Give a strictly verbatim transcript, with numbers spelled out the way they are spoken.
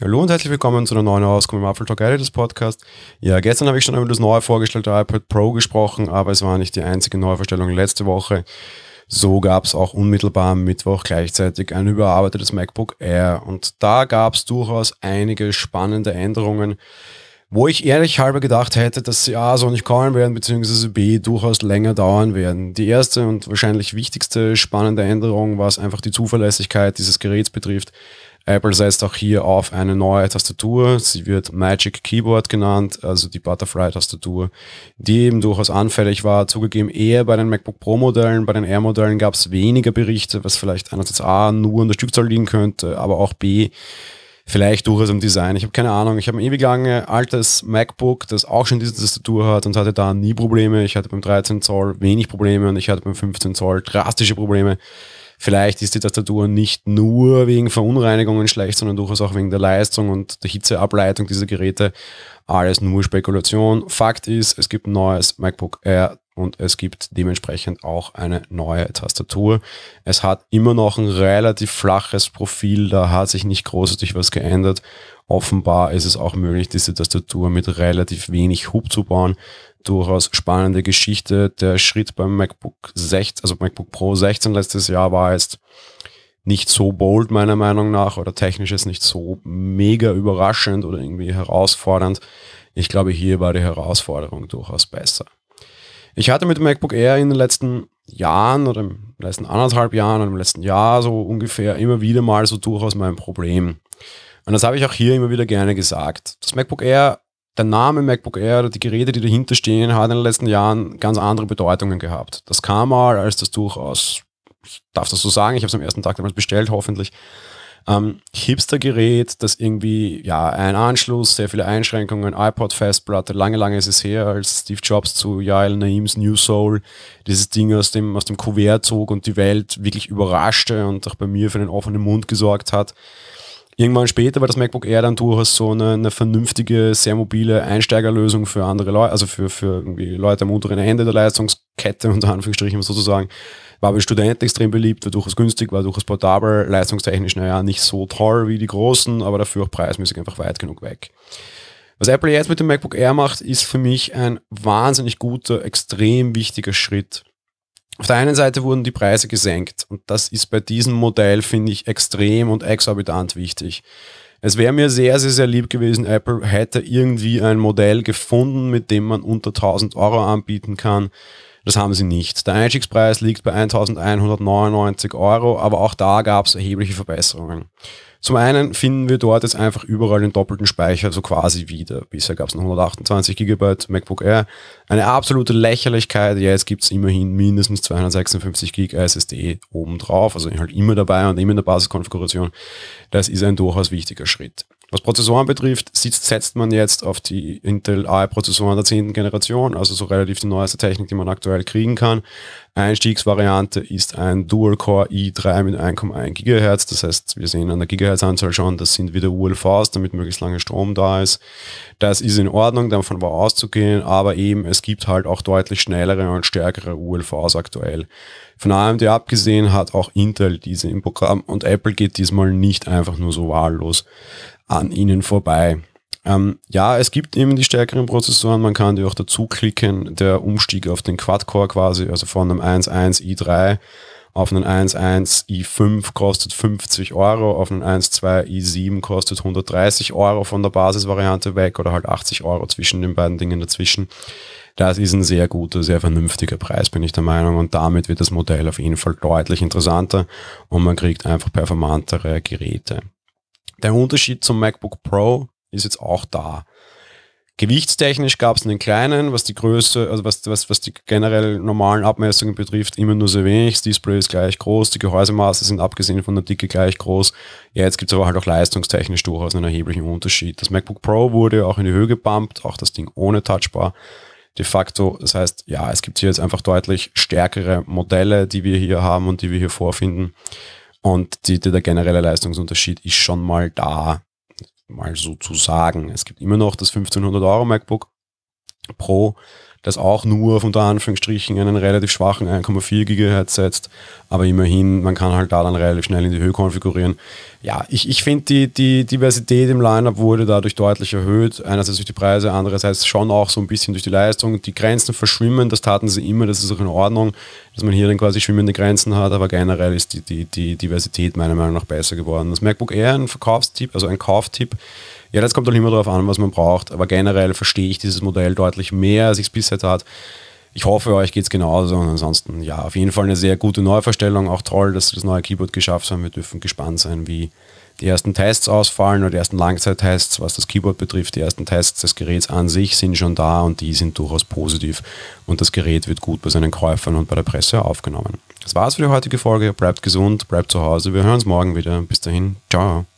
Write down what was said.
Hallo und herzlich willkommen zu einer neuen Ausgabe im Apple Talk Editors Podcast. Ja, gestern habe ich schon über das neue vorgestellte iPad Pro gesprochen, aber es war nicht die einzige Neuvorstellung letzte Woche. So gab es auch unmittelbar am Mittwoch gleichzeitig ein überarbeitetes MacBook Air und da gab es durchaus einige spannende Änderungen, wo ich ehrlich halber gedacht hätte, dass sie A so nicht kommen werden, beziehungsweise B durchaus länger dauern werden. Die erste und wahrscheinlich wichtigste spannende Änderung, was einfach die Zuverlässigkeit dieses Geräts betrifft. Apple setzt auch hier auf eine neue Tastatur. Sie wird Magic Keyboard genannt, also die Butterfly-Tastatur, die eben durchaus anfällig war. Zugegeben eher bei den MacBook Pro-Modellen, bei den Air-Modellen gab es weniger Berichte, was vielleicht einerseits A nur an der Stückzahl liegen könnte, aber auch B vielleicht durchaus im Design. Ich habe keine Ahnung. Ich habe ein ewig lange altes MacBook, das auch schon diese Tastatur hat und hatte da nie Probleme. Ich hatte beim dreizehn Zoll wenig Probleme und ich hatte beim fünfzehn Zoll drastische Probleme. Vielleicht ist die Tastatur nicht nur wegen Verunreinigungen schlecht, sondern durchaus auch wegen der Leistung und der Hitzeableitung dieser Geräte. Alles nur Spekulation. Fakt ist, es gibt ein neues MacBook Air und es gibt dementsprechend auch eine neue Tastatur. Es hat immer noch ein relativ flaches Profil, da hat sich nicht großartig was geändert. Offenbar ist es auch möglich, diese Tastatur mit relativ wenig Hub zu bauen. Durchaus spannende Geschichte. Der Schritt beim MacBook sechzehn, also MacBook Pro sechzehn letztes Jahr war jetzt nicht so bold meiner Meinung nach oder technisch ist nicht so mega überraschend oder irgendwie herausfordernd. Ich glaube, hier war die Herausforderung durchaus besser. Ich hatte mit dem MacBook Air in den letzten Jahren oder im letzten anderthalb Jahren oder im letzten Jahr so ungefähr immer wieder mal so durchaus mein Problem. Und das habe ich auch hier immer wieder gerne gesagt. Das MacBook Air, der Name MacBook Air oder die Geräte, die dahinter stehen, hat in den letzten Jahren ganz andere Bedeutungen gehabt. Das kam mal als das durchaus, ich darf das so sagen, ich habe es am ersten Tag damals bestellt, hoffentlich, ähm, Hipster-Gerät, das irgendwie, ja, ein Anschluss, sehr viele Einschränkungen, iPod-Festplatte, lange, lange ist es her, als Steve Jobs zu Yael Naims New Soul dieses Ding aus dem, aus dem Kuvert zog und die Welt wirklich überraschte und auch bei mir für einen offenen Mund gesorgt hat. Irgendwann später war das MacBook Air dann durchaus so eine, eine vernünftige, sehr mobile Einsteigerlösung für andere Leute, also für, für irgendwie Leute am unteren Ende der Leistungskette, unter Anführungsstrichen sozusagen. War bei Studenten extrem beliebt, war durchaus günstig, war durchaus portabel, leistungstechnisch, naja, nicht so toll wie die großen, aber dafür auch preismäßig einfach weit genug weg. Was Apple jetzt mit dem MacBook Air macht, ist für mich ein wahnsinnig guter, extrem wichtiger Schritt. Auf der einen Seite wurden die Preise gesenkt und das ist bei diesem Modell, finde ich, extrem und exorbitant wichtig. Es wäre mir sehr, sehr, sehr lieb gewesen, Apple hätte irgendwie ein Modell gefunden, mit dem man unter tausend Euro anbieten kann. Das haben sie nicht. Der Einstiegspreis liegt bei eintausendeinhundertneunundneunzig Euro, aber auch da gab es erhebliche Verbesserungen. Zum einen finden wir dort jetzt einfach überall den doppelten Speicher so quasi wieder. Bisher gab es noch hundertachtundzwanzig Gigabyte MacBook Air. Eine absolute Lächerlichkeit. Jetzt gibt es immerhin mindestens zweihundertsechsundfünfzig Gigabyte S S D obendrauf. Also halt immer dabei und immer in der Basiskonfiguration. Das ist ein durchaus wichtiger Schritt. Was Prozessoren betrifft, setzt man jetzt auf die Intel A I-Prozessoren der zehnten Generation, also so relativ die neueste Technik, die man aktuell kriegen kann. Einstiegsvariante ist ein Dual-Core i drei mit eins Komma eins Gigahertz, das heißt, wir sehen an der Gigahertz-Anzahl schon, das sind wieder U L Vs, damit möglichst lange Strom da ist. Das ist in Ordnung, davon war auszugehen, aber eben, es gibt halt auch deutlich schnellere und stärkere U L Vs aktuell. Von A M D abgesehen hat auch Intel diese im Programm und Apple geht diesmal nicht einfach nur so wahllos an ihnen vorbei. Ähm, ja, es gibt eben die stärkeren Prozessoren, man kann die auch dazu klicken, der Umstieg auf den Quad-Core quasi, also von einem eins Komma eins i drei auf einen eins Komma eins i fünf kostet fünfzig Euro, auf einen eins Komma zwei i sieben kostet hundertdreißig Euro von der Basisvariante weg oder halt achtzig Euro zwischen den beiden Dingen dazwischen. Das ist ein sehr guter, sehr vernünftiger Preis, bin ich der Meinung, und damit wird das Modell auf jeden Fall deutlich interessanter und man kriegt einfach performantere Geräte. Der Unterschied zum MacBook Pro ist jetzt auch da. Gewichtstechnisch gab es einen kleinen, was die Größe, also was, was, was die generell normalen Abmessungen betrifft, immer nur sehr wenig. Das Display ist gleich groß, die Gehäusemaße sind abgesehen von der Dicke gleich groß. Ja, jetzt gibt es aber halt auch leistungstechnisch durchaus einen erheblichen Unterschied. Das MacBook Pro wurde auch in die Höhe gebumpt, auch das Ding ohne Touchbar de facto. Das heißt, ja, es gibt hier jetzt einfach deutlich stärkere Modelle, die wir hier haben und die wir hier vorfinden. Und die, der generelle Leistungsunterschied ist schon mal da, mal so zu sagen. Es gibt immer noch das fünfzehnhundert Euro MacBook Pro, das auch nur auf unter Anführungsstrichen einen relativ schwachen eins Komma vier Gigahertz setzt, aber immerhin, man kann halt da dann relativ schnell in die Höhe konfigurieren. Ja, ich, ich finde, die, die Diversität im Lineup wurde dadurch deutlich erhöht, einerseits durch die Preise, andererseits schon auch so ein bisschen durch die Leistung. Die Grenzen verschwimmen, das taten sie immer, das ist auch in Ordnung, dass man hier dann quasi schwimmende Grenzen hat, aber generell ist die, die, die Diversität meiner Meinung nach besser geworden. Das MacBook Air ein Verkaufstipp, also ein Kauftipp. Ja, das kommt auch immer darauf an, was man braucht, aber generell verstehe ich dieses Modell deutlich mehr, als ich es bisher tat. Ich hoffe, euch geht es genauso und ansonsten, ja, auf jeden Fall eine sehr gute Neuvorstellung, auch toll, dass sie das neue Keyboard geschafft haben. Wir dürfen gespannt sein, wie die ersten Tests ausfallen oder die ersten Langzeittests, was das Keyboard betrifft. Die ersten Tests des Geräts an sich sind schon da und die sind durchaus positiv und das Gerät wird gut bei seinen Käufern und bei der Presse aufgenommen. Das war's für die heutige Folge. Bleibt gesund, bleibt zu Hause. Wir hören uns morgen wieder. Bis dahin, ciao.